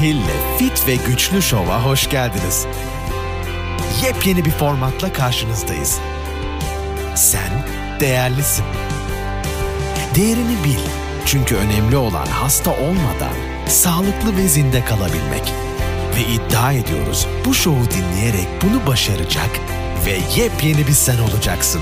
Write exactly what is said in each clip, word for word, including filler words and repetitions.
Hill'le Fit ve Güçlü Şov'a hoş geldiniz. Yepyeni bir formatla karşınızdayız. Sen değerlisin. Değerini bil. Çünkü önemli olan hasta olmadan sağlıklı ve zinde kalabilmek. Ve iddia ediyoruz, bu şovu dinleyerek bunu başaracak ve yepyeni bir sen olacaksın.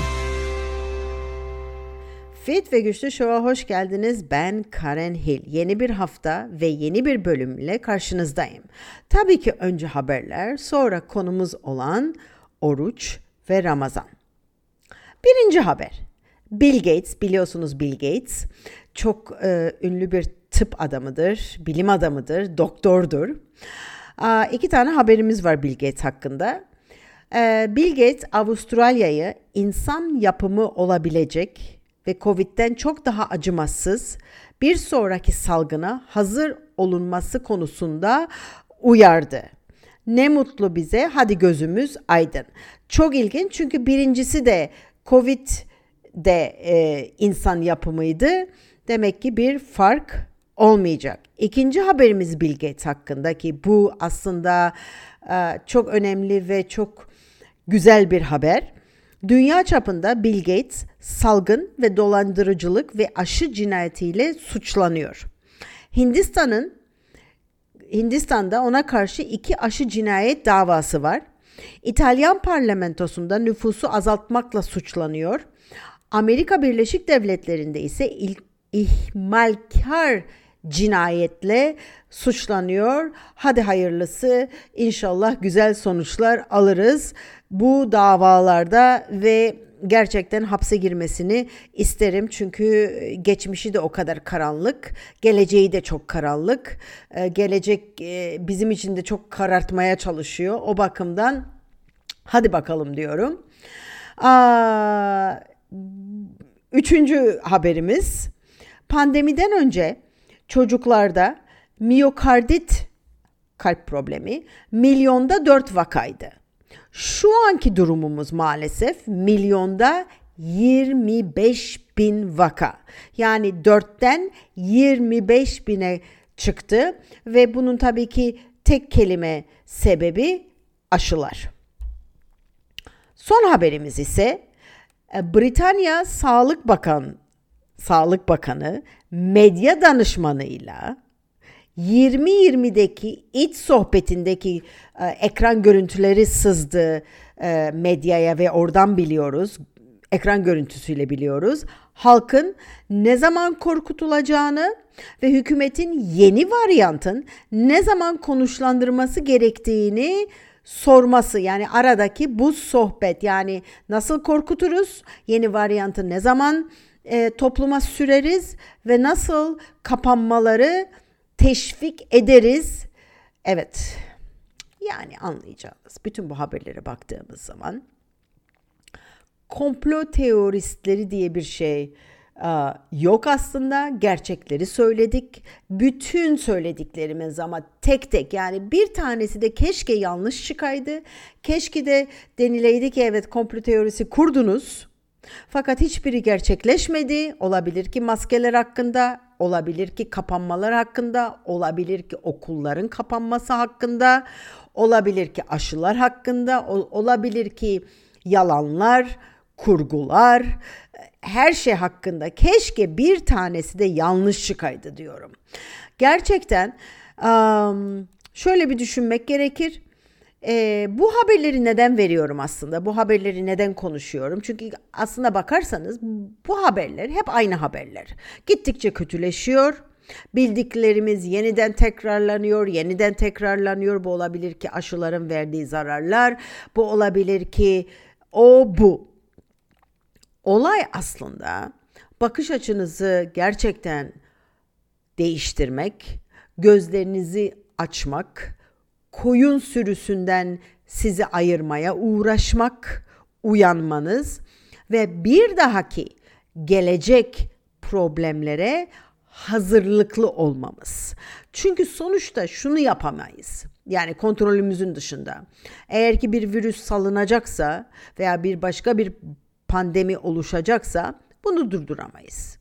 Fit ve Güçlü Şov'a hoş geldiniz. Ben Karen Hill. Yeni bir hafta ve yeni bir bölümle karşınızdayım. Tabii ki önce haberler, sonra konumuz olan oruç ve Ramazan. Birinci haber. Bill Gates, biliyorsunuz Bill Gates çok e, ünlü bir tıp adamıdır, bilim adamıdır, doktordur. Aa, iki tane haberimiz var Bill Gates hakkında. Ee, Bill Gates Avustralya'yı insan yapımı olabilecek ve Covid'den çok daha acımasız bir sonraki salgına hazır olunması konusunda uyardı. Ne mutlu bize, hadi gözümüz aydın. Çok ilginç çünkü birincisi de Covid de e, insan yapımıydı. Demek ki bir fark olmayacak. İkinci haberimiz Bill Gates hakkındaki bu aslında e, çok önemli ve çok güzel bir haber. Dünya çapında Bill Gates salgın ve dolandırıcılık ve aşı cinayetiyle suçlanıyor. Hindistan'ın Hindistan'da ona karşı iki aşı cinayet davası var. İtalyan parlamentosunda nüfusu azaltmakla suçlanıyor. Amerika Birleşik Devletleri'nde ise ilk ihmalkar cinayetle suçlanıyor. Hadi hayırlısı, inşallah güzel sonuçlar alırız bu davalarda ve gerçekten hapse girmesini isterim. Çünkü geçmişi de o kadar karanlık, geleceği de çok karanlık. Gelecek bizim için de çok karartmaya çalışıyor. O bakımdan hadi bakalım diyorum. Aa, üçüncü haberimiz. Pandemiden önce çocuklarda miyokardit kalp problemi milyonda dört vakaydı. Şu anki durumumuz maalesef milyonda yirmi beş bin vaka. Yani dörtten yirmi beş bine çıktı ve bunun tabii ki tek kelime sebebi aşılar. Son haberimiz ise Britanya Sağlık Bakan Sağlık Bakanı medya danışmanıyla yirmi yirmideki iç sohbetindeki e, ekran görüntüleri sızdı e, medyaya ve oradan biliyoruz, ekran görüntüsüyle biliyoruz. Halkın ne zaman korkutulacağını ve hükümetin yeni varyantın ne zaman konuşlandırması gerektiğini sorması, yani aradaki bu sohbet, yani nasıl korkuturuz, yeni varyantı ne zaman e, topluma süreriz ve nasıl kapanmaları teşvik ederiz. Evet, yani anlayacağız. Bütün bu haberlere baktığımız zaman komplo teoristleri diye bir şey aa, yok aslında. Gerçekleri söyledik. Bütün söylediklerimiz ama tek tek, yani bir tanesi de keşke yanlış çıkaydı. Keşke de denileydi ki evet, komplo teorisi kurdunuz. Fakat hiçbiri gerçekleşmedi. Olabilir ki maskeler hakkında, olabilir ki kapanmalar hakkında, olabilir ki okulların kapanması hakkında, olabilir ki aşılar hakkında, olabilir ki yalanlar, kurgular, her şey hakkında. Keşke bir tanesi de yanlış çıkaydı diyorum. Gerçekten şöyle bir düşünmek gerekir. E, bu haberleri neden veriyorum aslında? Bu haberleri neden konuşuyorum? Çünkü aslında bakarsanız bu haberler hep aynı haberler. Gittikçe kötüleşiyor. Bildiklerimiz yeniden tekrarlanıyor, yeniden tekrarlanıyor. Bu olabilir ki aşıların verdiği zararlar. Bu olabilir ki o bu. Olay aslında bakış açınızı gerçekten değiştirmek, gözlerinizi açmak, koyun sürüsünden sizi ayırmaya uğraşmak, uyanmanız ve bir dahaki gelecek problemlere hazırlıklı olmamız. Çünkü sonuçta şunu yapamayız. Yani kontrolümüzün dışında. Eğer ki bir virüs salınacaksa veya bir başka bir pandemi oluşacaksa bunu durduramayız.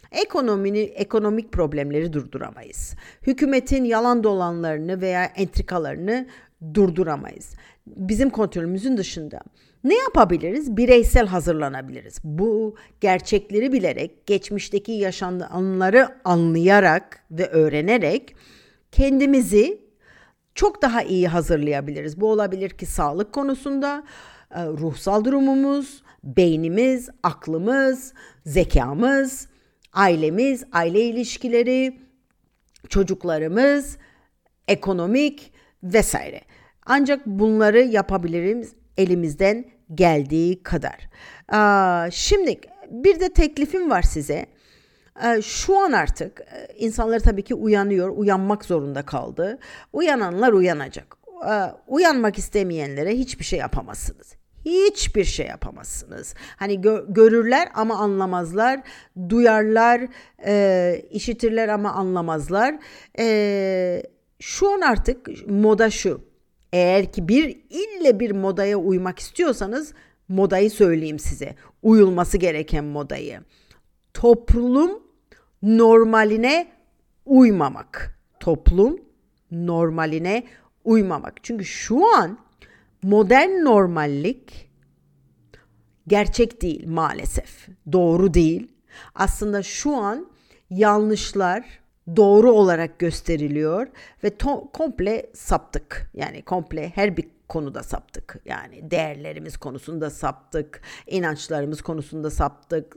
Ekonomini, ekonomik problemleri durduramayız. Hükümetin yalan dolanlarını veya entrikalarını durduramayız. Bizim kontrolümüzün dışında. Ne yapabiliriz? Bireysel hazırlanabiliriz. Bu gerçekleri bilerek, geçmişteki yaşananları anlayarak ve öğrenerek kendimizi çok daha iyi hazırlayabiliriz. Bu olabilir ki sağlık konusunda, ruhsal durumumuz, beynimiz, aklımız, zekamız, ailemiz, aile ilişkileri, çocuklarımız, ekonomik vesaire. Ancak bunları yapabiliriz elimizden geldiği kadar. Şimdi bir de teklifim var size. Şu an artık insanlar tabii ki uyanıyor, uyanmak zorunda kaldı. Uyananlar uyanacak. Uyanmak istemeyenlere hiçbir şey yapamazsınız. Hiçbir şey yapamazsınız. Hani gö- görürler ama anlamazlar, duyarlar, e, işitirler ama anlamazlar. E, şu an artık moda şu. Eğer ki bir ille bir modaya uymak istiyorsanız modayı söyleyeyim size. Uyulması gereken modayı. Toplum normaline uymamak. Toplum normaline uymamak. Çünkü şu an modern normallik gerçek değil maalesef. Doğru değil. Aslında şu an yanlışlar doğru olarak gösteriliyor ve to- komple saptık. Yani komple her bir konuda saptık. Yani değerlerimiz konusunda saptık, inançlarımız konusunda saptık.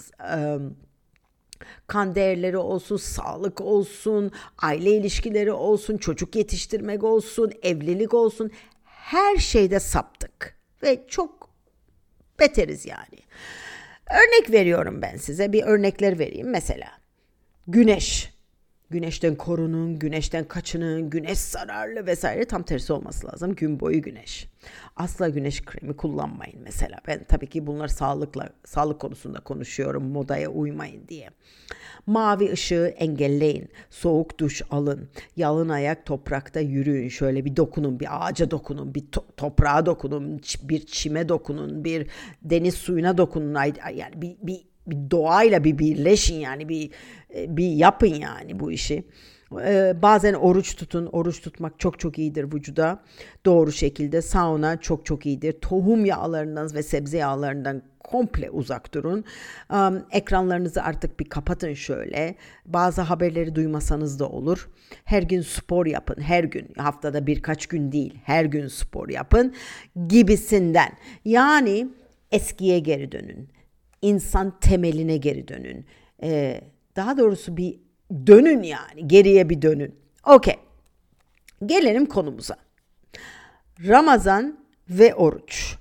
Kan değerleri olsun, sağlık olsun, aile ilişkileri olsun, çocuk yetiştirmek olsun, evlilik olsun. Her şeyde saptık ve çok beteriz yani. Örnek veriyorum ben size, bir örnekler vereyim. Mesela güneş. Güneşten korunun, güneşten kaçının, güneş zararlı vesaire, tam tersi olması lazım. Gün boyu güneş. Asla güneş kremi kullanmayın mesela. Ben tabii ki bunlar sağlıkla, sağlık konusunda konuşuyorum, modaya uymayın diye. Mavi ışığı engelleyin. Soğuk duş alın. Yalın ayak toprakta yürüyün. Şöyle bir dokunun, bir ağaca dokunun, bir to- toprağa dokunun, bir çime dokunun, bir deniz suyuna dokunun. Yani bir, bir bir doğayla bir birleşin, yani bir bir yapın yani bu işi. Ee, bazen oruç tutun. Oruç tutmak çok çok iyidir vücuda. Doğru şekilde sauna çok çok iyidir. Tohum yağlarından ve sebze yağlarından komple uzak durun. Um, ekranlarınızı artık bir kapatın şöyle. Bazı haberleri duymasanız da olur. Her gün spor yapın. Her gün, haftada birkaç gün değil. Her gün spor yapın gibisinden. Yani eskiye geri dönün. İnsan temeline geri dönün. Ee, daha doğrusu bir dönün yani. Geriye bir dönün. Okey. Gelelim konumuza. Ramazan ve oruç.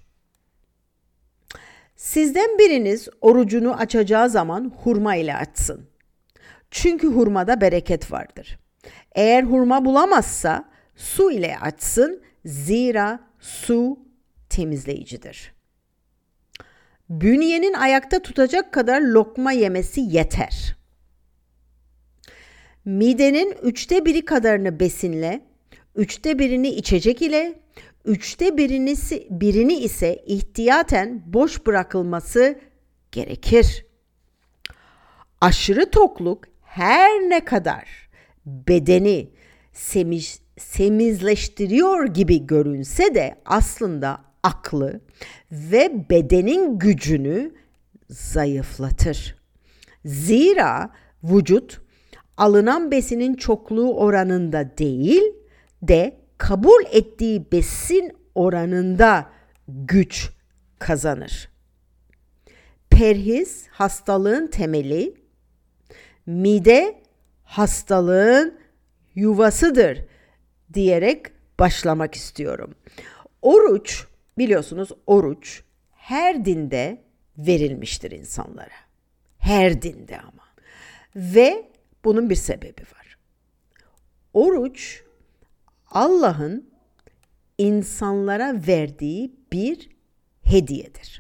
Sizden biriniz orucunu açacağı zaman hurma ile açsın. Çünkü hurmada bereket vardır. Eğer hurma bulamazsa su ile açsın. Zira su temizleyicidir. Bünyenin ayakta tutacak kadar lokma yemesi yeter. Midenin üçte biri kadarını besinle, üçte birini içecek ile, üçte birini, birini ise ihtiyaten boş bırakılması gerekir. Aşırı tokluk her ne kadar bedeni semiz, semizleştiriyor gibi görünse de aslında aklı ve bedenin gücünü zayıflatır. Zira vücut alınan besinin çokluğu oranında değil de kabul ettiği besin oranında güç kazanır. Perhiz hastalığın temeli, mide hastalığın yuvasıdır diyerek başlamak istiyorum. Oruç, biliyorsunuz oruç her dinde verilmiştir insanlara. Her dinde ama. Ve bunun bir sebebi var. Oruç Allah'ın insanlara verdiği bir hediyedir.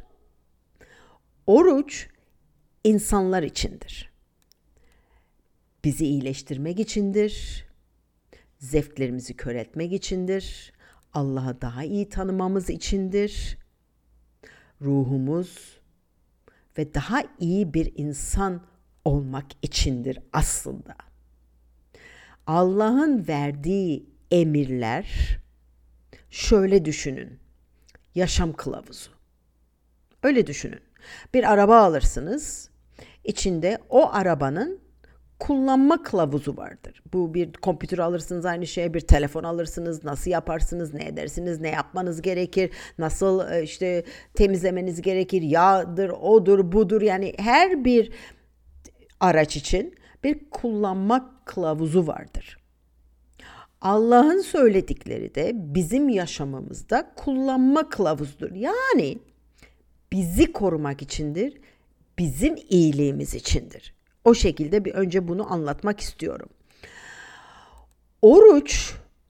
Oruç insanlar içindir. Bizi iyileştirmek içindir. Zevklerimizi köreltmek içindir. Allah'ı daha iyi tanımamız içindir. Ruhumuz ve daha iyi bir insan olmak içindir aslında. Allah'ın verdiği emirler, şöyle düşünün, yaşam kılavuzu. Öyle düşünün. Bir araba alırsınız, içinde o arabanın kullanma kılavuzu vardır. Bu bir kompütür alırsınız, aynı şeye bir telefon alırsınız, nasıl yaparsınız, ne edersiniz, ne yapmanız gerekir, nasıl işte temizlemeniz gerekir, yağdır, odur, budur. Yani her bir araç için bir kullanma kılavuzu vardır. Allah'ın söyledikleri de bizim yaşamımızda kullanma kılavuzudur. Yani bizi korumak içindir, bizim iyiliğimiz içindir. O şekilde bir önce bunu anlatmak istiyorum. Oruç,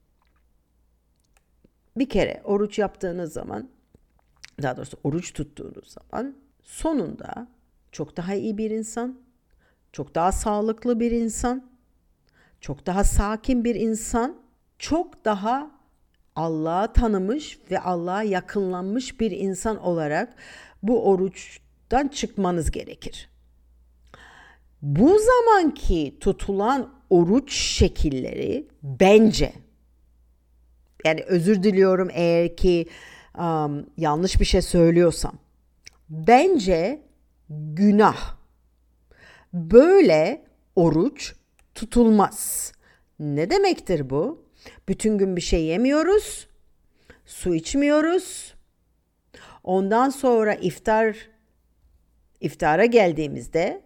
bir kere oruç yaptığınız zaman, daha doğrusu oruç tuttuğunuz zaman sonunda çok daha iyi bir insan, çok daha sağlıklı bir insan, çok daha sakin bir insan, çok daha Allah'ı tanımış ve Allah'a yakınlanmış bir insan olarak bu oruçtan çıkmanız gerekir. Bu zamanki tutulan oruç şekilleri bence, yani özür diliyorum eğer ki um, yanlış bir şey söylüyorsam, bence günah. Böyle oruç tutulmaz. Ne demektir bu? Bütün gün bir şey yemiyoruz, su içmiyoruz. Ondan sonra iftar iftara geldiğimizde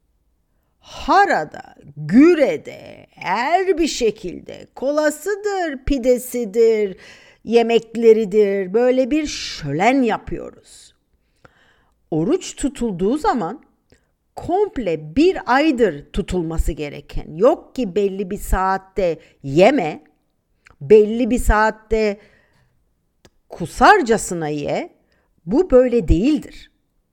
harada, gürede, her bir şekilde kolasıdır, pidesidir, yemekleridir, böyle bir şölen yapıyoruz. Oruç tutulduğu zaman komple bir aydır tutulması gereken, yok ki belli bir saatte yeme, belli bir saatte kusarcasına ye, bu böyle değildir.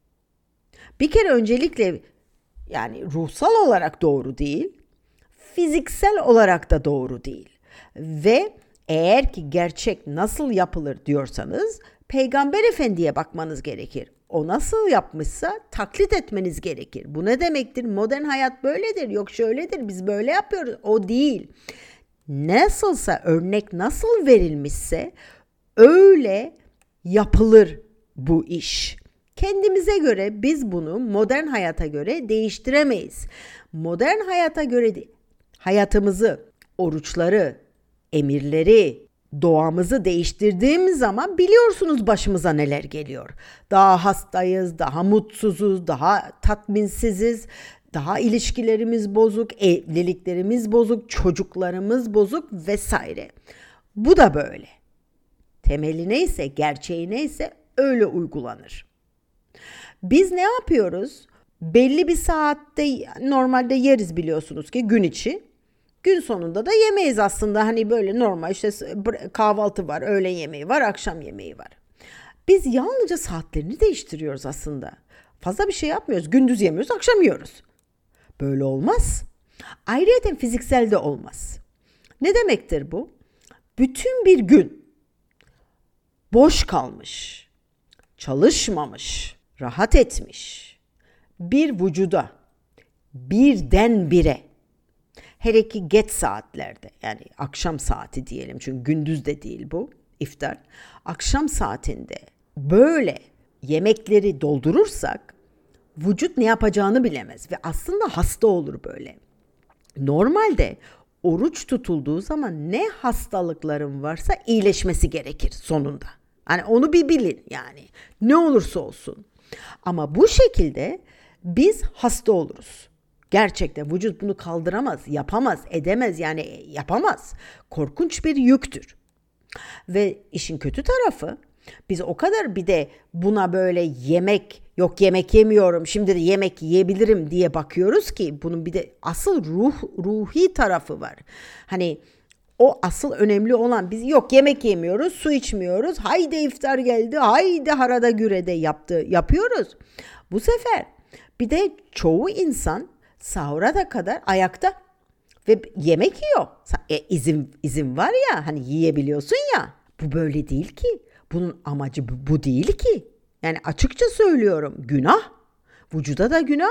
Bir kere öncelikle yani ruhsal olarak doğru değil, fiziksel olarak da doğru değil. Ve eğer ki gerçek nasıl yapılır diyorsanız, Peygamber Efendi'ye bakmanız gerekir. O nasıl yapmışsa taklit etmeniz gerekir. Bu ne demektir? Modern hayat böyledir, yok şöyledir, biz böyle yapıyoruz. O değil. Nasılsa, örnek nasıl verilmişse öyle yapılır bu iş. Kendimize göre biz bunu modern hayata göre değiştiremeyiz. Modern hayata göre de, hayatımızı, oruçları, emirleri, doğamızı değiştirdiğimiz zaman biliyorsunuz başımıza neler geliyor. Daha hastayız, daha mutsuzuz, daha tatminsiziz, daha ilişkilerimiz bozuk, evliliklerimiz bozuk, çocuklarımız bozuk vesaire. Bu da böyle. Temeli neyse, gerçeği neyse öyle uygulanır. Biz ne yapıyoruz? Belli bir saatte normalde yeriz biliyorsunuz ki gün içi. Gün sonunda da yemeyiz aslında. Hani böyle normal işte kahvaltı var, öğle yemeği var, akşam yemeği var. Biz yalnızca saatlerini değiştiriyoruz aslında. Fazla bir şey yapmıyoruz. Gündüz yemiyoruz, akşam yiyoruz. Böyle olmaz. Ayrıca fiziksel de olmaz. Ne demektir bu? Bütün bir gün boş kalmış, çalışmamış, rahat etmiş bir vücuda birdenbire, hele ki geç saatlerde, yani akşam saati diyelim çünkü gündüz de değil bu iftar, akşam saatinde böyle yemekleri doldurursak vücut ne yapacağını bilemez ve aslında hasta olur böyle. Normalde oruç tutulduğu zaman ne hastalıkların varsa iyileşmesi gerekir sonunda. Hani onu bir bilin yani ne olursa olsun. Ama bu şekilde biz hasta oluruz. Gerçekten vücut bunu kaldıramaz, yapamaz, edemez yani yapamaz. Korkunç bir yüktür. Ve işin kötü tarafı biz o kadar bir de buna böyle yemek, yok yemek yemiyorum şimdi de yemek yiyebilirim diye bakıyoruz ki bunun bir de asıl ruh, ruhi tarafı var. Hani o asıl önemli olan biz yok yemek yemiyoruz, su içmiyoruz, haydi iftar geldi, haydi harada gürede yaptı, yapıyoruz. Bu sefer bir de çoğu insan sahura da kadar ayakta ve yemek yiyor. E, izin, izin var ya hani yiyebiliyorsun ya. Bu böyle değil ki. Bunun amacı bu, bu değil ki. Yani açıkça söylüyorum günah. Vücuda da günah.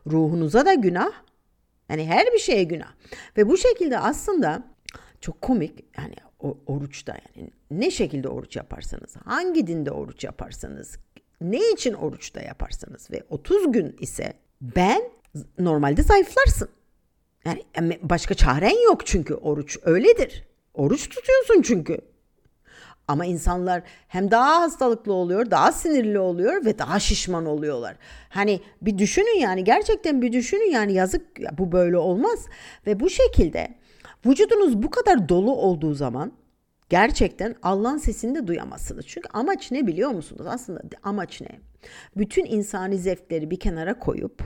ruhunuza da günah. Yani her bir şeye günah. Ve bu şekilde aslında çok komik, yani o, oruçta, yani ne şekilde oruç yaparsanız, hangi dinde oruç yaparsanız, ne için oruçta yaparsanız ve otuz gün ise ben normalde zayıflarsın. Yani başka çaren yok, çünkü oruç öyledir. Oruç tutuyorsun çünkü. Ama insanlar hem daha hastalıklı oluyor, daha sinirli oluyor ve daha şişman oluyorlar. Hani bir düşünün, yani gerçekten bir düşünün, yani yazık, bu böyle olmaz. Ve bu şekilde vücudunuz bu kadar dolu olduğu zaman gerçekten Allah'ın sesini de duyamazsınız. Çünkü amaç ne biliyor musunuz? Aslında amaç ne? Bütün insani zevkleri bir kenara koyup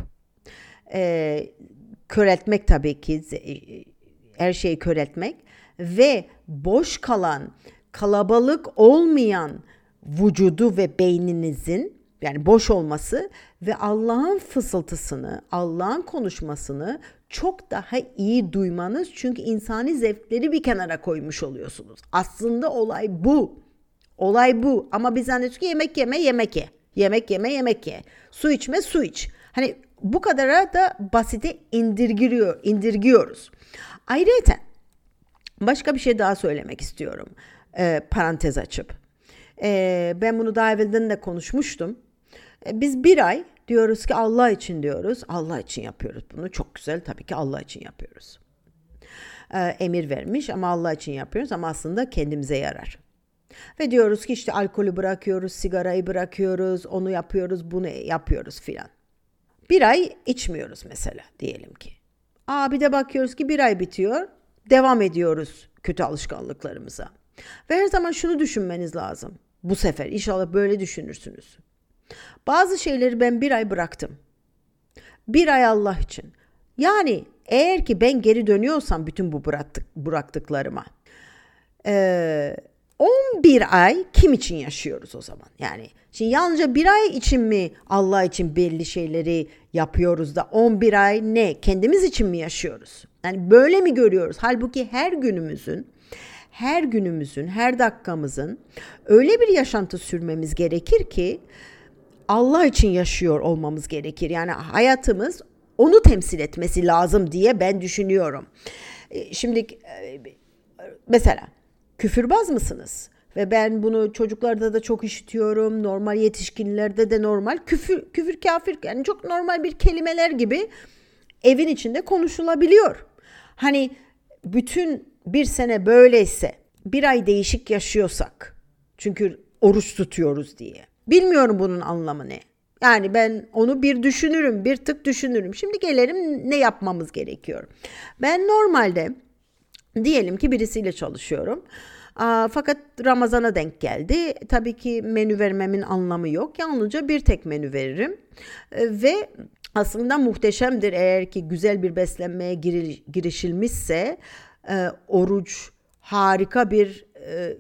e, köreltmek, tabii ki her şeyi köreltmek ve boş kalan, kalabalık olmayan vücudu ve beyninizin, yani boş olması ve Allah'ın fısıltısını, Allah'ın konuşmasını çok daha iyi duymanız. Çünkü insani zevkleri bir kenara koymuş oluyorsunuz. Aslında olay bu. Olay bu. Ama biz zannediyoruz ki yemek yeme, yemek ye. Yemek yeme, yemek ye. Su içme, su iç. Hani bu kadara da basite indirgiyor, indirgiyoruz. Ayrıca başka bir şey daha söylemek istiyorum. Ee, parantez açıp. Ee, ben bunu daha evvelden de konuşmuştum. Ee, biz bir ay diyoruz ki Allah için diyoruz. Allah için yapıyoruz bunu. Çok güzel, tabii ki Allah için yapıyoruz. Ee, emir vermiş ama Allah için yapıyoruz, ama aslında kendimize yarar. Ve diyoruz ki işte alkolü bırakıyoruz, sigarayı bırakıyoruz, onu yapıyoruz, bunu yapıyoruz filan. Bir ay içmiyoruz mesela diyelim ki. Aa, bir de bakıyoruz ki bir ay bitiyor. Devam ediyoruz kötü alışkanlıklarımıza. Ve her zaman şunu düşünmeniz lazım. Bu sefer inşallah böyle düşünürsünüz. Bazı şeyleri ben bir ay bıraktım. Bir ay Allah için. Yani eğer ki ben geri dönüyorsam bütün bu bıraktık, bıraktıklarıma. Ee, on bir ay kim için yaşıyoruz o zaman? Yani şimdi yalnızca bir ay için mi Allah için belli şeyleri yapıyoruz da on bir ay ne? Kendimiz için mi yaşıyoruz? Yani böyle mi görüyoruz? Halbuki her günümüzün, her günümüzün, her dakikamızın öyle bir yaşantı sürmemiz gerekir ki Allah için yaşıyor olmamız gerekir. Yani hayatımız onu temsil etmesi lazım diye ben düşünüyorum. Şimdi mesela küfürbaz mısınız? Ve ben bunu çocuklarda da çok işitiyorum. Normal yetişkinlerde de normal. Küfür, küfür kafir, yani çok normal bir kelimeler gibi evin içinde konuşulabiliyor. Hani bütün bir sene böyleyse, bir ay değişik yaşıyorsak, çünkü oruç tutuyoruz diye. Bilmiyorum bunun anlamı ne. Yani ben onu bir düşünürüm, bir tık düşünürüm. Şimdi gelelim ne yapmamız gerekiyor. Ben normalde diyelim ki birisiyle çalışıyorum. Aa, fakat Ramazan'a denk geldi. Tabii ki menü vermemin anlamı yok. Yalnızca bir tek menü veririm. Ee, ve aslında muhteşemdir eğer ki güzel bir beslenmeye gir, girişilmişse e, oruç harika bir e,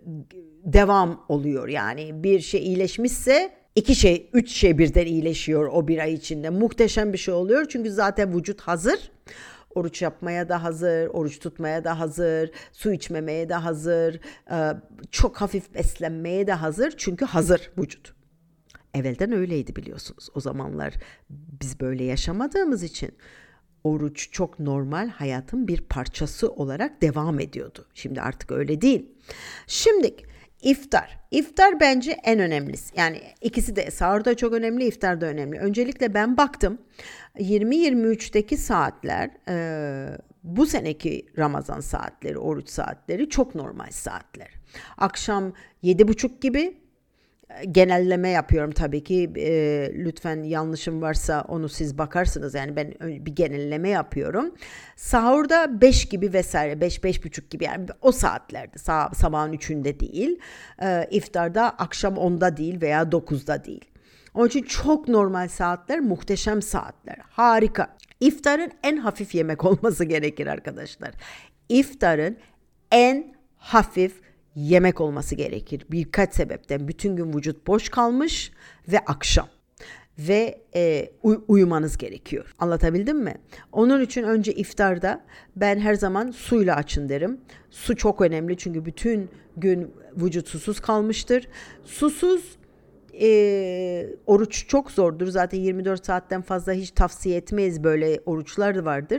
devam oluyor. Yani bir şey iyileşmişse iki şey, üç şey birden iyileşiyor o bir ay içinde. Muhteşem bir şey oluyor çünkü zaten vücut hazır. Oruç yapmaya da hazır, oruç tutmaya da hazır, su içmemeye de hazır, çok hafif beslenmeye de hazır. Çünkü hazır vücut. Evvelden öyleydi biliyorsunuz. O zamanlar biz böyle yaşamadığımız için oruç çok normal hayatın bir parçası olarak devam ediyordu. Şimdi artık öyle değil. Şimdi iftar. İftar bence en önemlisi. Yani ikisi de, sahur da çok önemli, iftar da önemli. Öncelikle ben baktım yirmi yirmi üçteki saatler e, bu seneki Ramazan saatleri, oruç saatleri çok normal saatler. Akşam yedi buçuk gibi, genelleme yapıyorum tabii ki, e, lütfen yanlışım varsa onu siz bakarsınız, yani ben bir genelleme yapıyorum. Sahurda beş gibi vesaire, beş beş buçuk gibi, yani o saatlerde, sab- sabahın üçünde değil, e, iftarda akşam onda değil veya dokuzda değil. Onun için çok normal saatler, muhteşem saatler, harika. İftarın en hafif yemek olması gerekir arkadaşlar. İftarın en hafif yemek olması gerekir. Birkaç sebepten. Bütün gün vücut boş kalmış ve akşam. Ve e, uy- uyumanız gerekiyor. Anlatabildim mi? Onun için önce iftarda ben her zaman suyla açın derim. Su çok önemli çünkü bütün gün vücut susuz kalmıştır. Susuz e, oruç çok zordur. Zaten yirmi dört saatten fazla hiç tavsiye etmeyiz, böyle oruçlar vardır.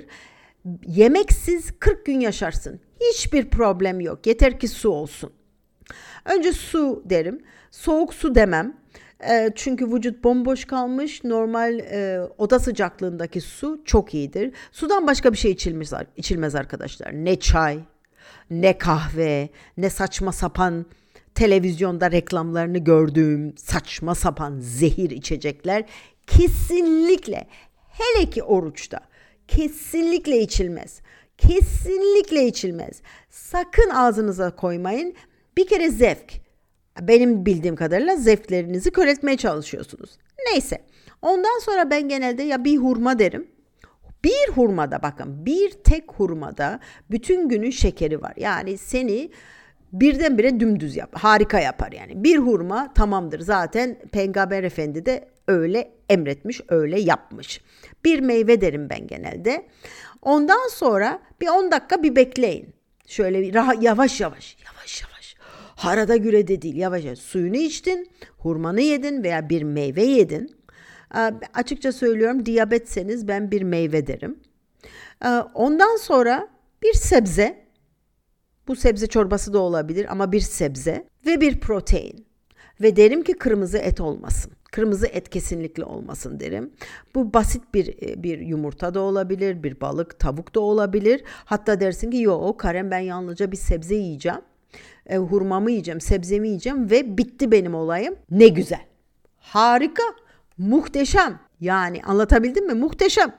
Yemeksiz kırk gün yaşarsın. Hiçbir problem yok. Yeter ki su olsun. Önce su derim. Soğuk su demem. E, çünkü vücut bomboş kalmış. Normal e, oda sıcaklığındaki su çok iyidir. Sudan başka bir şey içilmez, içilmez arkadaşlar. Ne çay, ne kahve, ne saçma sapan televizyonda reklamlarını gördüğüm saçma sapan zehir içecekler kesinlikle, hele ki oruçta kesinlikle içilmez. Kesinlikle içilmez. Sakın ağzınıza koymayın. Bir kere zevk. Benim bildiğim kadarıyla zevklerinizi köreltmeye çalışıyorsunuz. Neyse. Ondan sonra ben genelde ya bir hurma derim. Bir hurmada, bakın, bir tek hurmada bütün günün şekeri var. Yani seni birdenbire dümdüz yap, harika yapar yani. Bir hurma tamamdır. Zaten Peygamber Efendi de öyle emretmiş, öyle yapmış. Bir meyve derim ben genelde. Ondan sonra bir on dakika bir bekleyin. Şöyle bir rahat, yavaş yavaş, yavaş yavaş. Harada gürede değil, yavaş yavaş. Suyunu içtin, hurmanı yedin veya bir meyve yedin. Ee, açıkça söylüyorum, diyabetseniz ben bir meyve derim. Ee, ondan sonra bir sebze. Bu sebze çorbası da olabilir ama bir sebze ve bir protein. Ve derim ki kırmızı et olmasın. Kırmızı et kesinlikle olmasın derim. Bu basit bir bir yumurta da olabilir, bir balık, tavuk da olabilir. Hatta dersin ki yok Karen, ben yalnızca bir sebze yiyeceğim. E, hurmamı yiyeceğim, sebzemi yiyeceğim ve bitti benim olayım. Ne güzel. Harika. Muhteşem. Yani anlatabildim mi? Muhteşem.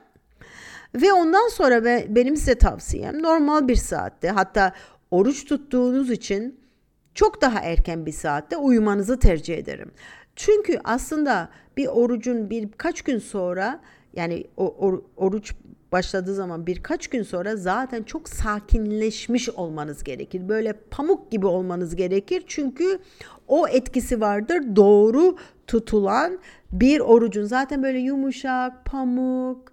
Ve ondan sonra be, benim size tavsiyem normal bir saatte, hatta oruç tuttuğunuz için çok daha erken bir saatte uyumanızı tercih ederim. Çünkü aslında bir orucun birkaç gün sonra, yani o, or, oruç başladığı zaman birkaç gün sonra zaten çok sakinleşmiş olmanız gerekir. Böyle pamuk gibi olmanız gerekir. Çünkü o etkisi vardır. Doğru tutulan bir orucun zaten böyle yumuşak, pamuk,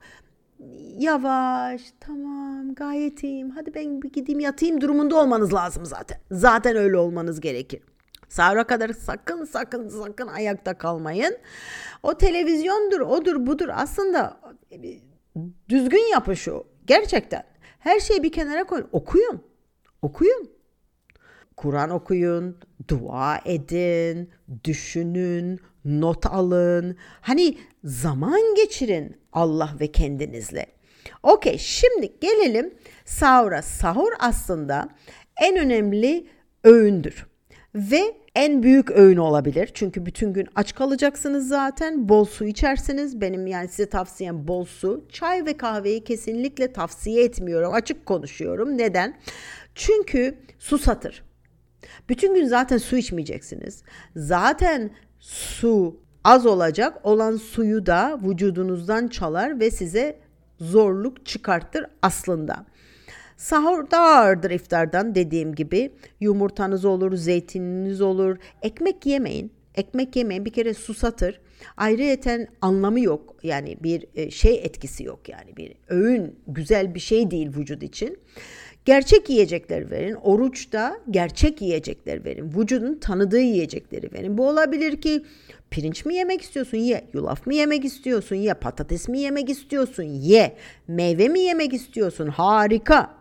yavaş, tamam, gayet iyiyim, hadi ben bir gideyim yatayım durumunda olmanız lazım zaten. Zaten öyle olmanız gerekir. Sahura kadar sakın sakın sakın ayakta kalmayın. O televizyondur, odur budur, aslında düzgün yapın şu. Gerçekten. Her şeyi bir kenara koyun. Okuyun. Okuyun. Kur'an okuyun, dua edin, düşünün, not alın. Hani zaman geçirin Allah ve kendinizle. Okey, şimdi gelelim sahura. Sahur aslında en önemli öğündür. Ve en büyük öğün olabilir. Çünkü bütün gün aç kalacaksınız zaten. Bol su içersiniz. Benim yani size tavsiyem bol su. Çay ve kahveyi kesinlikle tavsiye etmiyorum. Açık konuşuyorum. Neden? Çünkü susatır. Bütün gün zaten su içmeyeceksiniz. Zaten su az olacak. Olan suyu da vücudunuzdan çalar ve size zorluk çıkartır aslında. Sahur daha ağırdır iftardan, dediğim gibi. Yumurtanız olur, zeytininiz olur. Ekmek yemeyin. Ekmek yemeyin, bir kere susatır. Ayrıyeten anlamı yok. Yani bir şey etkisi yok. Yani bir öğün, güzel bir şey değil vücut için. Gerçek yiyecekler verin. Oruçta gerçek yiyecekler verin. Vücudun tanıdığı yiyecekleri verin. Bu olabilir ki pirinç mi yemek istiyorsun? Ye. Yulaf mı yemek istiyorsun? Ye. Patates mi yemek istiyorsun? Ye. Meyve mi yemek istiyorsun? Harika.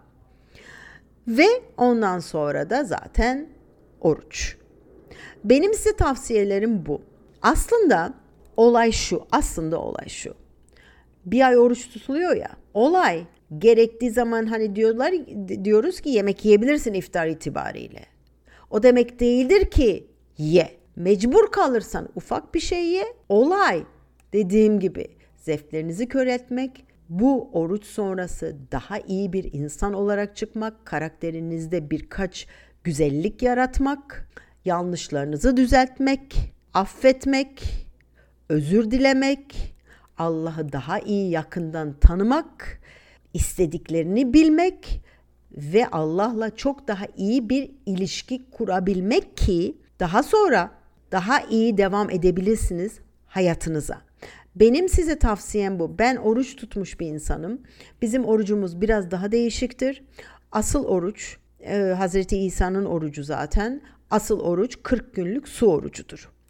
Ve ondan sonra da zaten oruç. Benim size tavsiyelerim bu. Aslında olay şu. Aslında olay şu. Bir ay oruç tutuluyor ya. Olay gerektiği zaman hani diyorlar diyoruz ki yemek yiyebilirsin iftar itibariyle. O demek değildir ki ye. Mecbur kalırsan ufak bir şey ye. Olay dediğim gibi zevklerinizi köreltmek, bu oruç sonrası daha iyi bir insan olarak çıkmak, karakterinizde birkaç güzellik yaratmak, yanlışlarınızı düzeltmek, affetmek, özür dilemek, Allah'ı daha iyi yakından tanımak, istediklerini bilmek ve Allah'la çok daha iyi bir ilişki kurabilmek ki daha sonra daha iyi devam edebilirsiniz hayatınıza. Benim size tavsiyem bu. Ben oruç tutmuş bir insanım. Bizim orucumuz biraz daha değişiktir. Asıl oruç, e, Hazreti İsa'nın orucu zaten. Asıl oruç kırk günlük su orucudur.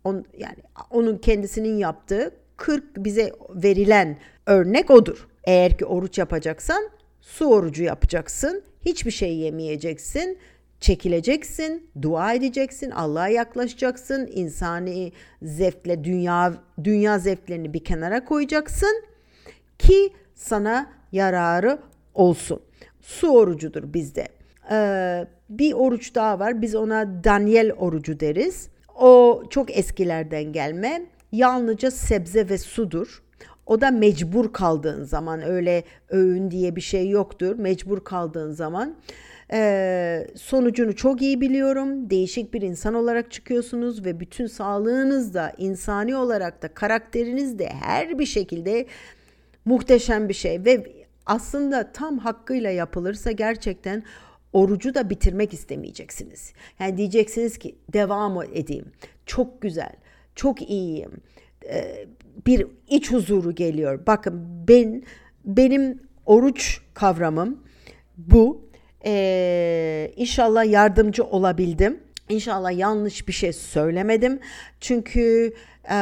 On, yani onun kendisinin yaptığı kırk bize verilen örnek odur. Eğer ki oruç yapacaksan su orucu yapacaksın. Hiçbir şey yemeyeceksin. Çekileceksin, dua edeceksin, Allah'a yaklaşacaksın, insani zevkle dünya dünya zevklerini bir kenara koyacaksın ki sana yararı olsun. Su orucudur bizde. Ee, bir oruç daha var. Biz ona Daniel orucu deriz. O çok eskilerden gelme. Yalnızca sebze ve sudur. O da mecbur kaldığın zaman, öyle öğün diye bir şey yoktur. Mecbur kaldığın zaman. Ee, sonucunu çok iyi biliyorum. Değişik bir insan olarak çıkıyorsunuz ve bütün sağlığınız da, insani olarak da, karakteriniz de her bir şekilde muhteşem bir şey ve aslında tam hakkıyla yapılırsa gerçekten orucu da bitirmek istemeyeceksiniz. Yani diyeceksiniz ki devam edeyim. Çok güzel, çok iyiyim. Ee, bir iç huzuru geliyor. Bakın ben benim oruç kavramım bu. Ee, inşallah yardımcı olabildim. İnşallah yanlış bir şey söylemedim. Çünkü e,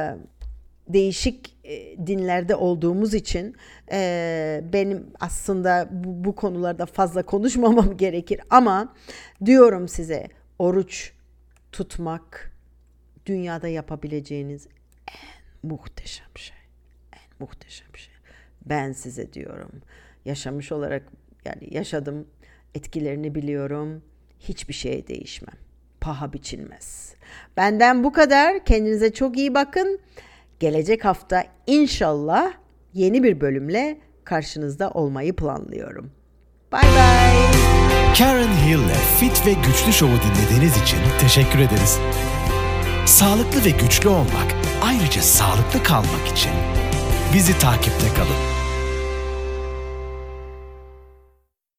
değişik e, dinlerde olduğumuz için e, benim aslında bu, bu konularda fazla konuşmamam gerekir. Ama diyorum size, oruç tutmak dünyada yapabileceğiniz en muhteşem şey. En muhteşem şey. Ben size diyorum. Yaşamış olarak, yani yaşadım. Etkilerini biliyorum. Hiçbir şeye değişmem. Paha biçilmez. Benden bu kadar. Kendinize çok iyi bakın. Gelecek hafta inşallah yeni bir bölümle karşınızda olmayı planlıyorum. Bye bye. Karen Hill'le Fit ve Güçlü Show'u dinlediğiniz için teşekkür ederiz. Sağlıklı ve güçlü olmak, ayrıca sağlıklı kalmak için bizi takipte kalın.